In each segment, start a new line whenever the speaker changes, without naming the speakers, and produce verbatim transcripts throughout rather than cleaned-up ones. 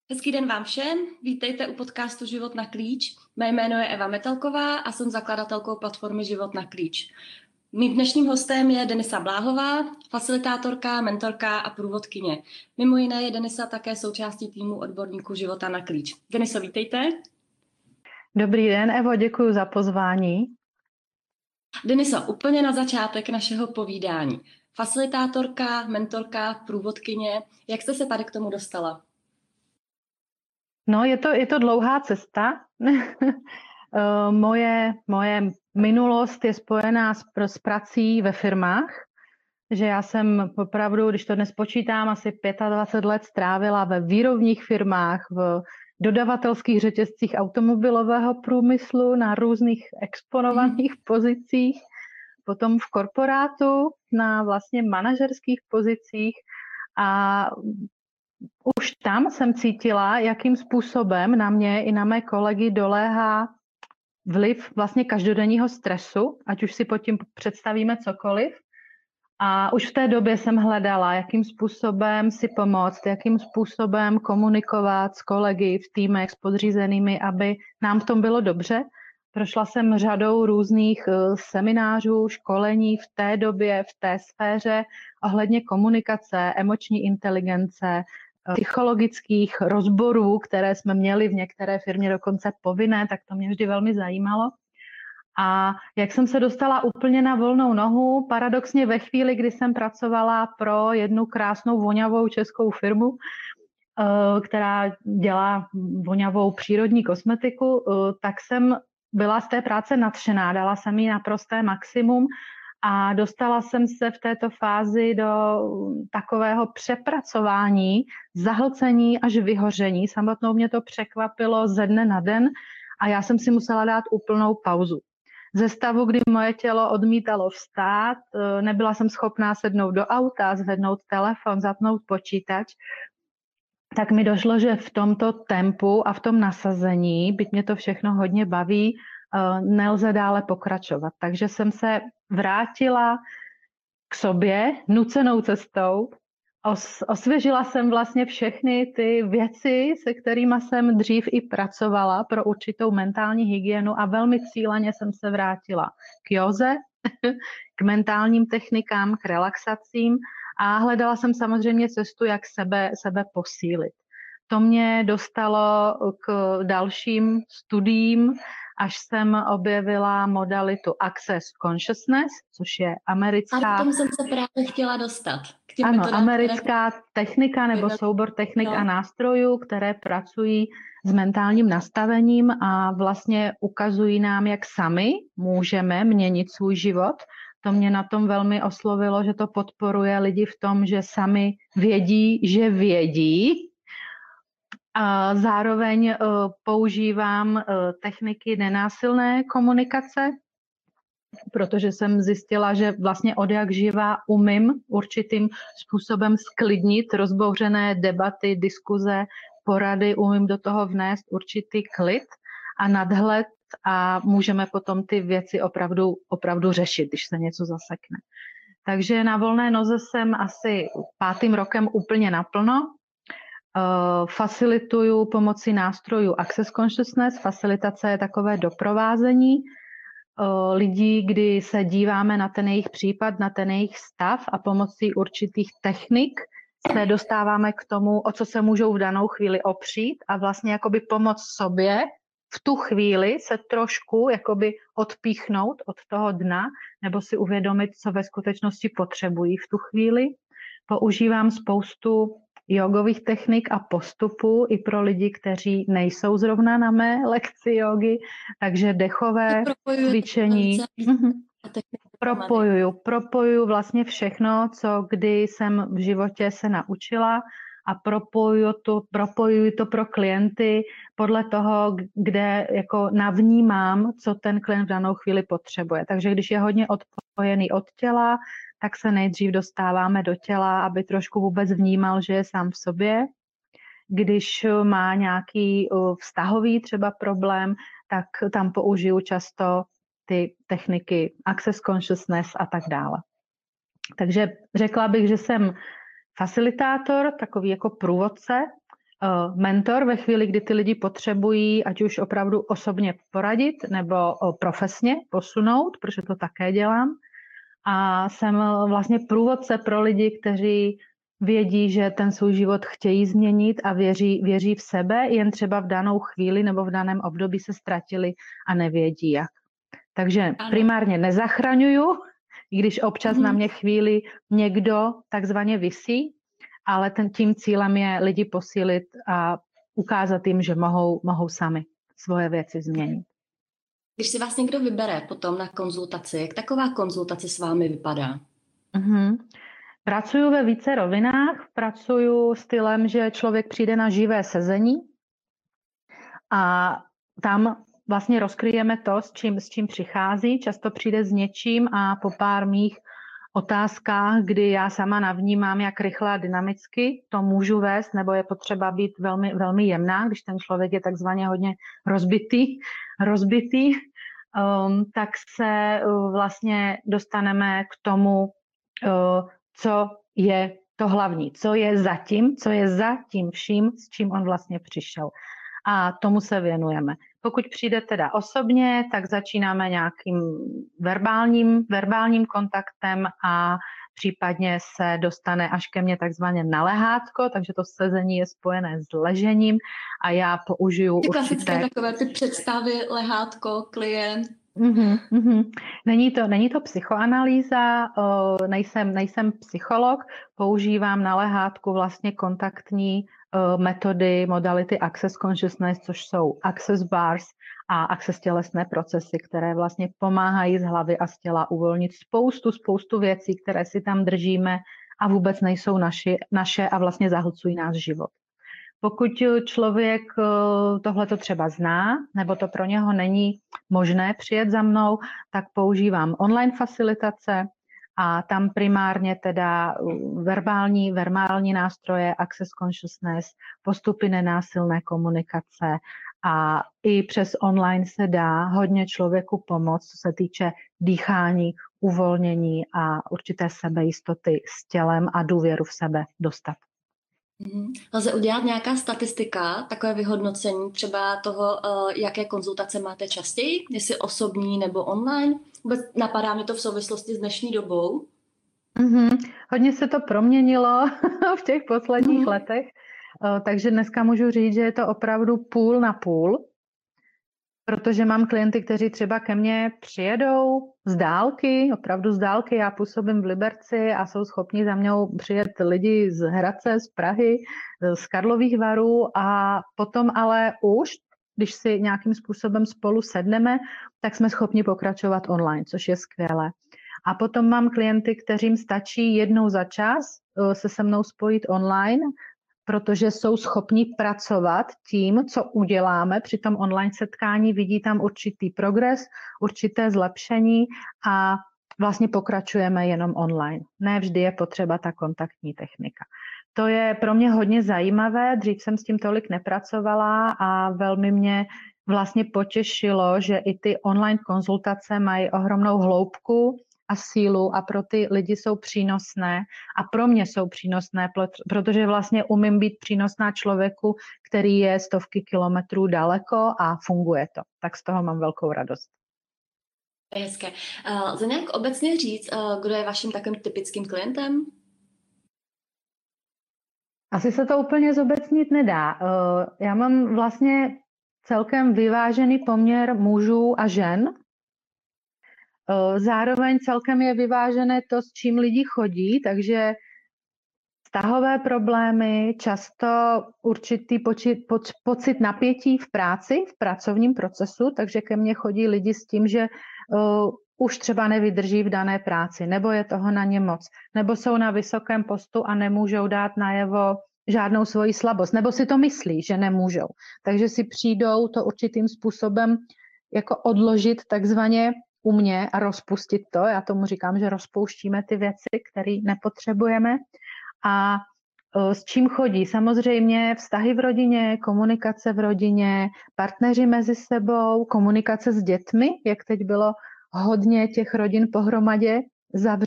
Hezký den vám všem, vítejte u podcastu Život na klíč. Mé jméno je Eva Metelková a jsem zakladatelkou platformy Život na klíč. Mým dnešním hostem je Denisa Bláhová, facilitátorka, mentorka a průvodkyně. Mimo jiné je Denisa také součástí týmu odborníků Života na klíč. Deniso, vítejte.
Dobrý den, Evo, děkuji za pozvání.
Deniso, úplně na začátek našeho povídání. Facilitátorka, mentorka, průvodkyně. Jak jste se tady k tomu dostala?
No, je to, je to dlouhá cesta. moje, moje minulost je spojená s, s prací ve firmách, že já jsem opravdu, když to dnes počítám, asi dvacet pět let strávila ve výrobních firmách, v dodavatelských řetězcích automobilového průmyslu na různých exponovaných pozicích, potom v korporátu na vlastně manažerských pozicích a už tam jsem cítila, jakým způsobem na mě i na mé kolegy doléhá vliv vlastně každodenního stresu, ať už si pod tím představíme cokoliv. A už v té době jsem hledala, jakým způsobem si pomoct, jakým způsobem komunikovat s kolegy v týmech, s podřízenými, aby nám v tom bylo dobře. Prošla jsem řadou různých seminářů, školení v té době, v té sféře ohledně komunikace, emoční inteligence, psychologických rozborů, které jsme měli v některé firmě dokonce povinné, tak to mě vždy velmi zajímalo. A jak jsem se dostala úplně na volnou nohu, paradoxně ve chvíli, kdy jsem pracovala pro jednu krásnou voňavou českou firmu, která dělá voňavou přírodní kosmetiku, tak jsem byla z té práce nadšená, dala jsem jí naprosté maximum a dostala jsem se v této fázi do takového přepracování, zahlcení až vyhoření. Samotnou mě to překvapilo ze dne na den a já jsem si musela dát úplnou pauzu. Ze stavu, kdy moje tělo odmítalo vstát, nebyla jsem schopná sednout do auta, zvednout telefon, zapnout počítač, tak mi došlo, že v tomto tempu a v tom nasazení, byť mě to všechno hodně baví, nelze dále pokračovat. Takže jsem se vrátila k sobě nucenou cestou. Os, osvěžila jsem vlastně všechny ty věci, se kterými jsem dřív i pracovala pro určitou mentální hygienu a velmi cíleně jsem se vrátila k józe, k mentálním technikám, k relaxacím a hledala jsem samozřejmě cestu, jak sebe, sebe posílit. To mě dostalo k dalším studiím, až jsem objevila modalitu Access Consciousness, což je americká...
A k tomu jsem se právě chtěla dostat. K těm
ano,
metodám,
americká
které...
technika nebo soubor technik
no.
a nástrojů, které pracují s mentálním nastavením a vlastně ukazují nám, jak sami můžeme měnit svůj život. To mě na tom velmi oslovilo, že to podporuje lidi v tom, že sami vědí, že vědí. A zároveň uh, používám uh, techniky nenásilné komunikace, protože jsem zjistila, že vlastně od jak živá umím určitým způsobem sklidnit rozbouřené debaty, diskuze, porady, umím do toho vnést určitý klid a nadhled a můžeme potom ty věci opravdu, opravdu řešit, když se něco zasekne. Takže na volné noze jsem asi pátým rokem úplně naplno. Facilituju pomocí nástrojů Access Consciousness. Facilitace je takové doprovázení lidí, kdy se díváme na ten jejich případ, na ten jejich stav a pomocí určitých technik se dostáváme k tomu, o co se můžou v danou chvíli opřít a vlastně jakoby pomoct sobě v tu chvíli se trošku jakoby odpíchnout od toho dna nebo si uvědomit, co ve skutečnosti potřebují v tu chvíli. Používám spoustu jogových technik a postupů i pro lidi, kteří nejsou zrovna na mé lekci jogy, takže dechové cvičení. Propojuju, propojuju vlastně všechno, co kdy jsem v životě se naučila a propojuju to, propojuju to pro klienty podle toho, kde jako navnímám, co ten klient v danou chvíli potřebuje. Takže když je hodně odpojený od těla, tak se nejdřív dostáváme do těla, aby trošku vůbec vnímal, že je sám v sobě. Když má nějaký vztahový třeba problém, tak tam použiju často ty techniky Access Consciousness a tak dále. Takže řekla bych, že jsem facilitátor, takový jako průvodce mentor ve chvíli, kdy ty lidi potřebují, ať už opravdu osobně poradit nebo profesně posunout, protože to také dělám. A jsem vlastně průvodce pro lidi, kteří vědí, že ten svůj život chtějí změnit a věří, věří v sebe, jen třeba v danou chvíli nebo v daném období se ztratili a nevědí jak. Takže ano. Primárně nezachraňuju, i když občas hmm. na mě chvíli někdo takzvaně visí, ale ten, tím cílem je lidi posílit a ukázat jim, že mohou, mohou sami svoje věci změnit.
Když si vás někdo vybere potom na konzultaci, jak taková konzultace s vámi vypadá?
Mm-hmm. Pracuju ve více rovinách. Pracuju stylem, že člověk přijde na živé sezení a tam vlastně rozkryjeme to, s čím, s čím přichází. Často přijde s něčím a po pár mých otázkách, kdy já sama navnímám, jak rychle a dynamicky to můžu vést, nebo je potřeba být velmi, velmi jemná, když ten člověk je takzvaně hodně rozbitý, rozbitý um, tak se uh, vlastně dostaneme k tomu, uh, co je to hlavní, co je za tím, co je za tím vším, s čím on vlastně přišel. A tomu se věnujeme. Pokud přijde teda osobně, tak začínáme nějakým verbálním, verbálním kontaktem a případně se dostane až ke mně takzvaně na lehátko, takže to sezení je spojené s ležením a já použiju
ty
určité...
klasické takové ty představy, lehátko, klient.
Uhum, uhum. Není to, není to psychoanalýza, nejsem, nejsem psycholog, používám na lehátku vlastně kontaktní metody, modality Access Consciousness, což jsou Access Bars a Access tělesné procesy, které vlastně pomáhají z hlavy a z těla uvolnit spoustu, spoustu věcí, které si tam držíme a vůbec nejsou naši, naše a vlastně zahlcují náš život. Pokud člověk tohleto třeba zná, nebo to pro něho není možné přijet za mnou, tak používám online facilitace a tam primárně teda verbální, verbální nástroje, Access Consciousness, postupy nenásilné komunikace a i přes online se dá hodně člověku pomoct, co se týče dýchání, uvolnění a určité sebejistoty s tělem a důvěru v sebe dostat.
Lze udělat nějaká statistika, takové vyhodnocení třeba toho, jaké konzultace máte častěji, jestli osobní nebo online? Vůbec napadá mi to v souvislosti s dnešní dobou.
Mm-hmm. Hodně se to proměnilo v těch posledních mm. letech, takže dneska můžu říct, že je to opravdu půl na půl, protože mám klienty, kteří třeba ke mně přijedou z dálky, opravdu z dálky, já působím v Liberci a jsou schopni za mnou přijet lidi z Hradce, z Prahy, z Karlových Varů a potom ale už, když si nějakým způsobem spolu sedneme, tak jsme schopni pokračovat online, což je skvělé. A potom mám klienty, kterým stačí jednou za čas se se mnou spojit online, protože jsou schopni pracovat tím, co uděláme při tom online setkání, vidí tam určitý progres, určité zlepšení a vlastně pokračujeme jenom online. Ne vždy je potřeba ta kontaktní technika. To je pro mě hodně zajímavé, dřív jsem s tím tolik nepracovala a velmi mě vlastně potěšilo, že i ty online konzultace mají ohromnou hloubku a sílu a pro ty lidi jsou přínosné a pro mě jsou přínosné, protože vlastně umím být přínosná člověku, který je stovky kilometrů daleko a funguje to. Tak z toho mám velkou radost.
Hezké. Lze nějak obecně říct, kdo je vaším takovým typickým klientem?
Asi se to úplně zobecnit nedá. Já mám vlastně celkem vyvážený poměr mužů a žen. Zároveň celkem je vyvážené to, s čím lidi chodí, takže vztahové problémy, často určitý počit, po, pocit napětí v práci, v pracovním procesu, takže ke mně chodí lidi s tím, že uh, už třeba nevydrží v dané práci, nebo je toho na ně moc, nebo jsou na vysokém postu a nemůžou dát najevo žádnou svoji slabost, nebo si to myslí, že nemůžou. Takže si přijdou to určitým způsobem jako odložit takzvaně u mě a rozpustit to. Já tomu říkám, že rozpouštíme ty věci, které nepotřebujeme. A s čím chodí? Samozřejmě vztahy v rodině, komunikace v rodině, partneři mezi sebou, komunikace s dětmi, jak teď bylo hodně těch rodin pohromadě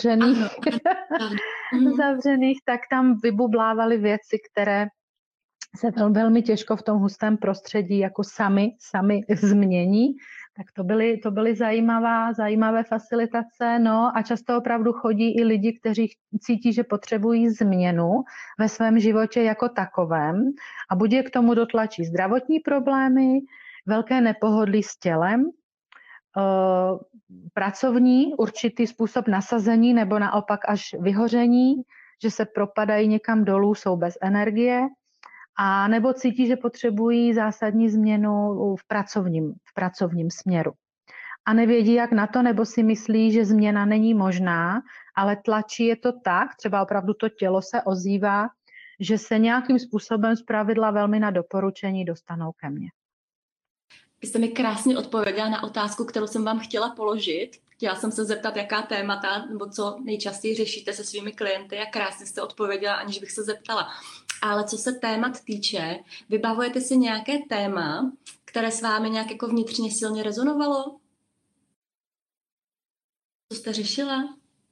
zavřených, zavřených, tak tam vybublávaly věci, které se vel, velmi těžko v tom hustém prostředí jako sami, sami změní. Tak to byly, to byly zajímavá, zajímavé facilitace, no a často opravdu chodí i lidi, kteří cítí, že potřebují změnu ve svém životě jako takovém a buď je k tomu dotlačí zdravotní problémy, velké nepohodlí s tělem, Uh, pracovní, určitý způsob nasazení nebo naopak až vyhoření, že se propadají někam dolů, jsou bez energie, a nebo cítí, že potřebují zásadní změnu v pracovním, v pracovním směru. A nevědí, jak na to, nebo si myslí, že změna není možná, ale tlačí je to tak, třeba opravdu to tělo se ozývá, že se nějakým způsobem zpravidla velmi na doporučení dostanou ke mně.
Vy jste mi krásně odpověděla na otázku, kterou jsem vám chtěla položit. Chtěla jsem se zeptat, jaká témata nebo co nejčastěji řešíte se svými klienty a krásně jste odpověděla, aniž bych se zeptala. Ale co se témat týče, vybavujete si nějaké téma, které s vámi nějak jako vnitřně silně rezonovalo? Co jste řešila?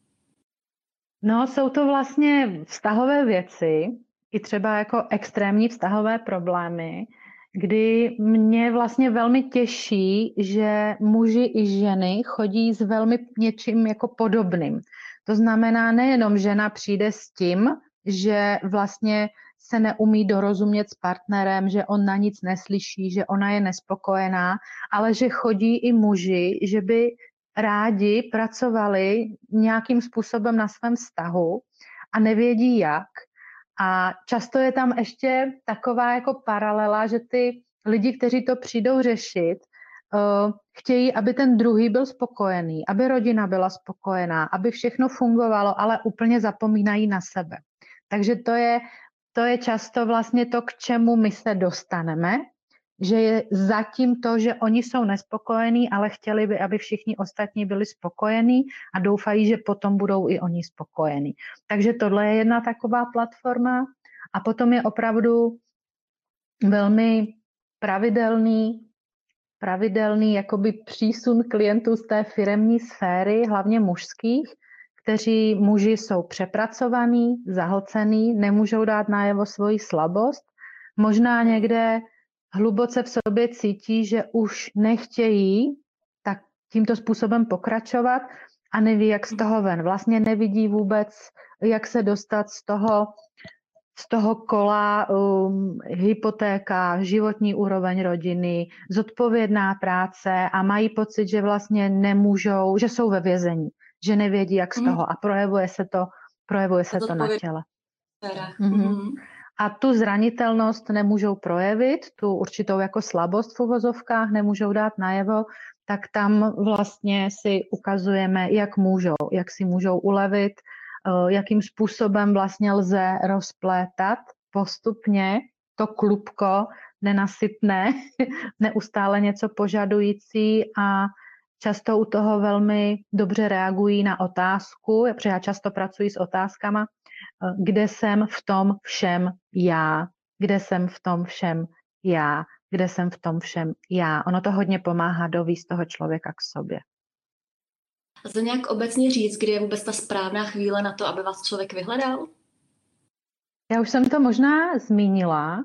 No, jsou to vlastně vztahové věci, i třeba jako extrémní vztahové problémy, kdy mě vlastně velmi těší, že muži i ženy chodí s velmi něčím jako podobným. To znamená, nejenom žena přijde s tím, že vlastně se neumí dorozumět s partnerem, že on na nic neslyší, že ona je nespokojená, ale že chodí i muži, že by rádi pracovali nějakým způsobem na svém vztahu a nevědí jak. A často je tam ještě taková jako paralela, že ty lidi, kteří to přijdou řešit, uh, chtějí, aby ten druhý byl spokojený, aby rodina byla spokojená, aby všechno fungovalo, ale úplně zapomínají na sebe. Takže to je, to je často vlastně to, k čemu my se dostaneme, že je zatím to, že oni jsou nespokojení, ale chtěli by, aby všichni ostatní byli spokojení a doufají, že potom budou i oni spokojení. Takže tohle je jedna taková platforma a potom je opravdu velmi pravidelný, pravidelný jakoby přísun klientů z té firemní sféry, hlavně mužských, kteří muži jsou přepracovaní, zahlcený, nemůžou dát najevo svoji slabost, možná někde hluboce v sobě cítí, že už nechtějí tak tímto způsobem pokračovat a neví, jak z toho ven. Vlastně nevidí vůbec, jak se dostat z toho, z toho kola um, hypotéka, životní úroveň rodiny, zodpovědná práce a mají pocit, že vlastně nemůžou, že jsou ve vězení, že nevědí, jak z toho a projevuje se to, projevuje se to na těle. Mm-hmm. A tu zranitelnost nemůžou projevit, tu určitou jako slabost v uvozovkách nemůžou dát najevo, tak tam vlastně si ukazujeme, jak můžou, jak si můžou ulevit, jakým způsobem vlastně lze rozplétat postupně to klubko nenasytné, neustále něco požadující a často u toho velmi dobře reagují na otázku, protože já často pracuji s otázkama, kde jsem v tom všem já, kde jsem v tom všem já, kde jsem v tom všem já. Ono to hodně pomáhá dovíst toho člověka k sobě.
Lze nějak obecně říct, kdy je vůbec ta správná chvíle na to, aby vás člověk vyhledal?
Já už jsem to možná zmínila.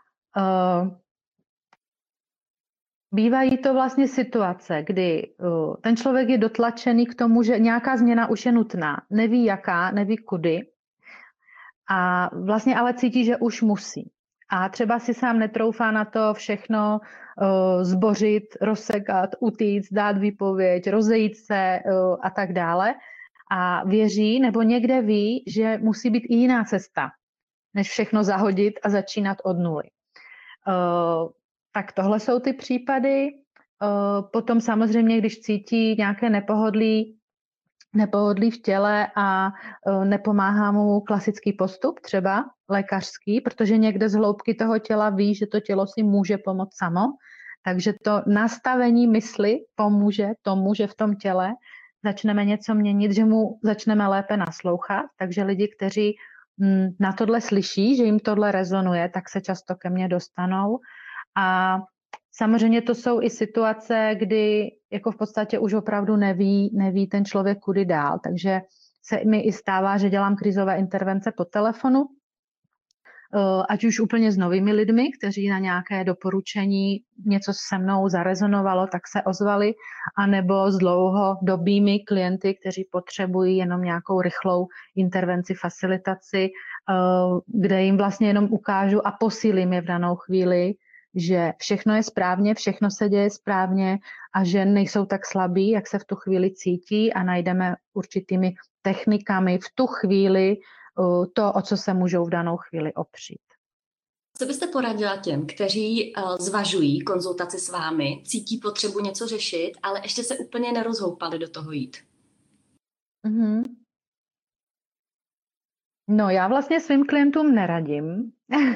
Bývají to vlastně situace, kdy ten člověk je dotlačený k tomu, že nějaká změna už je nutná. Neví jaká, neví kudy. A vlastně ale cítí, že už musí. A třeba si sám netroufá na to všechno uh, zbořit, rozsekat, utíct, dát výpověď, rozejít se uh, a tak dále. A věří, nebo někde ví, že musí být i jiná cesta, než všechno zahodit a začínat od nuly. Uh, tak tohle jsou ty případy. Uh, potom samozřejmě, když cítí nějaké nepohodlí, nepohodlí v těle a nepomáhá mu klasický postup, třeba lékařský, protože někde z hloubky toho těla ví, že to tělo si může pomoct samo, takže to nastavení mysli pomůže tomu, že v tom těle začneme něco měnit, že mu začneme lépe naslouchat, takže lidi, kteří na tohle slyší, že jim tohle rezonuje, tak se často ke mně dostanou a samozřejmě to jsou i situace, kdy jako v podstatě už opravdu neví, neví ten člověk kudy dál, takže se mi i stává, že dělám krizové intervence po telefonu ať už úplně s novými lidmi, kteří na nějaké doporučení něco se mnou zarezonovalo, tak se ozvali, anebo s dlouhodobými klienty, kteří potřebují jenom nějakou rychlou intervenci, facilitaci, kde jim vlastně jenom ukážu a posílím je v danou chvíli, že všechno je správně, všechno se děje správně a že nejsou tak slabí, jak se v tu chvíli cítí a najdeme určitými technikami v tu chvíli to, o co se můžou v danou chvíli opřít.
Co byste poradila těm, kteří zvažují konzultaci s vámi, cítí potřebu něco řešit, ale ještě se úplně nerozhoupali do toho jít?
Mm-hmm. No, já vlastně svým klientům neradím,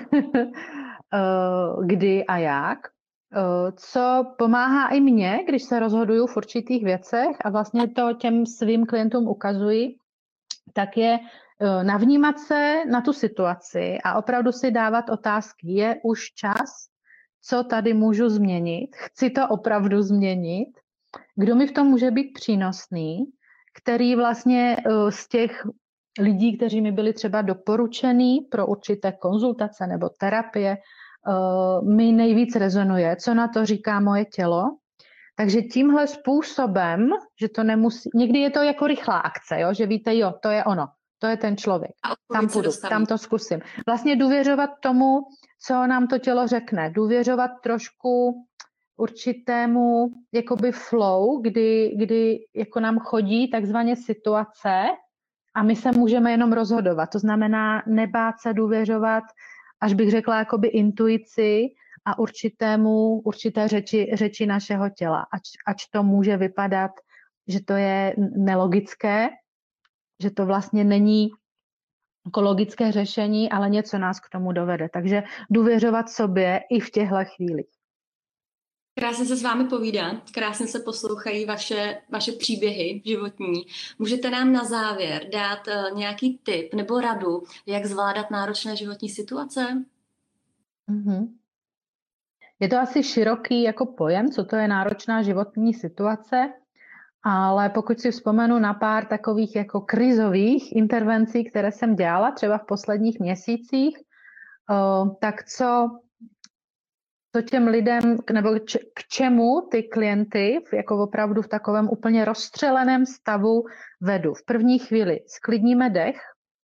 kdy a jak. Co pomáhá i mně, když se rozhoduju v určitých věcech a vlastně to těm svým klientům ukazuji, tak je navnímat se na tu situaci a opravdu si dávat otázky. Je už čas, co tady můžu změnit? Chci to opravdu změnit? Kdo mi v tom může být přínosný? Který vlastně z těch lidí, kteří mi byli třeba doporučený pro určité konzultace nebo terapie, mi nejvíc rezonuje, co na to říká moje tělo. Takže tímhle způsobem, že to nemusí, někdy je to jako rychlá akce, jo? Že víte, jo, to je ono, to je ten člověk, tam půjdu, tam to zkusím. Vlastně důvěřovat tomu, co nám to tělo řekne, důvěřovat trošku určitému jakoby flow, kdy, kdy jako nám chodí takzvaně situace a my se můžeme jenom rozhodovat. To znamená nebát se důvěřovat, až bych řekla jakoby intuici a určitému, určité řeči, řeči našeho těla. Ač, ač to může vypadat, že to je nelogické, že to vlastně není jako logické řešení, ale něco nás k tomu dovede. Takže důvěřovat sobě i v těchto chvílích.
Krásně se s vámi povídá, krásně se poslouchají vaše, vaše příběhy životní. Můžete nám na závěr dát uh, nějaký tip nebo radu, jak zvládat náročné životní situace?
Mm-hmm. Je to asi široký jako pojem, co to je náročná životní situace, ale pokud si vzpomenu na pár takových jako krizových intervencí, které jsem dělala třeba v posledních měsících, uh, tak co to těm lidem, nebo k čemu ty klienty jako opravdu v takovém úplně rozstřeleném stavu vedu. V první chvíli sklidníme dech,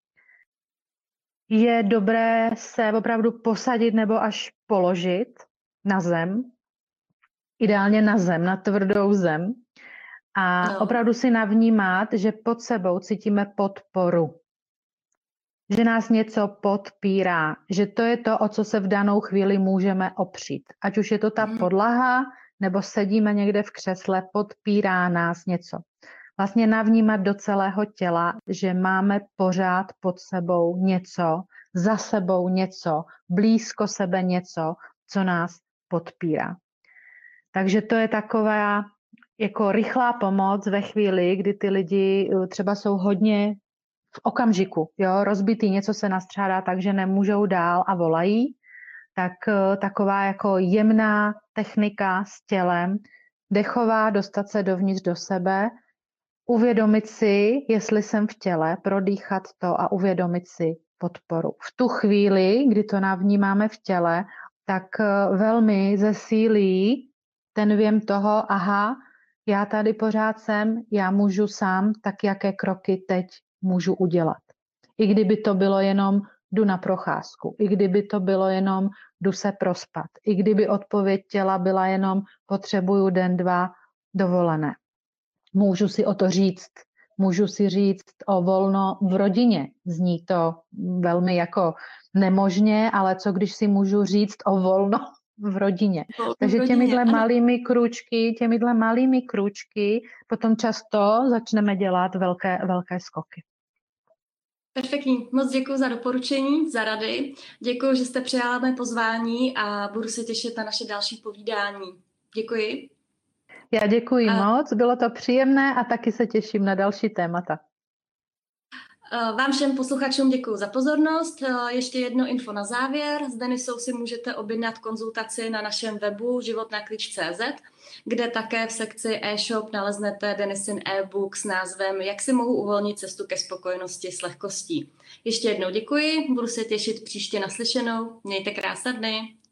je dobré se opravdu posadit nebo až položit na zem, ideálně na zem, na tvrdou zem a no. Opravdu si navnímat, že pod sebou cítíme podporu. Že nás něco podpírá, že to je to, o co se v danou chvíli můžeme opřít. Ať už je to ta podlaha, nebo sedíme někde v křesle, podpírá nás něco. Vlastně navnímat do celého těla, že máme pořád pod sebou něco, za sebou něco, blízko sebe něco, co nás podpírá. Takže to je taková jako rychlá pomoc ve chvíli, kdy ty lidi třeba jsou hodně v okamžiku, jo, rozbitý, něco se nastřádá, takže nemůžou dál a volají, tak taková jako jemná technika s tělem, dechová, dostat se dovnitř do sebe, uvědomit si, jestli jsem v těle, prodýchat to a uvědomit si podporu. V tu chvíli, kdy to navnímáme v těle, tak velmi zesílí ten věm toho, aha, já tady pořád jsem, já můžu sám, tak jaké kroky teď můžu udělat. I kdyby to bylo jenom jdu na procházku, i kdyby to bylo jenom jdu se prospat, i kdyby odpověď těla byla jenom potřebuju den, dva dovolené. Můžu si o to říct, můžu si říct o volno v rodině. Zní to velmi jako nemožně, ale co když si můžu říct o volno v rodině.
V
Takže
rodině,
těmihle
ano.
malými kručky, těmihle malými kručky potom často začneme dělat velké, velké skoky.
Perfektní. Moc děkuji za doporučení, za rady. Děkuji, že jste přijala mé pozvání a budu se těšit na naše další povídání. Děkuji.
Já děkuji
a...
moc, bylo to příjemné a taky se těším na další témata.
Vám všem posluchačům děkuji za pozornost. Ještě jedno info na závěr. S Denisou si můžete objednat konzultaci na našem webu život na klíč tečka cé zet, kde také v sekci e-shop naleznete Denisin e-book s názvem Jak si mohu uvolnit cestu ke spokojenosti s lehkostí. Ještě jednou děkuji, budu se těšit příště naslyšenou. Mějte krásné dny.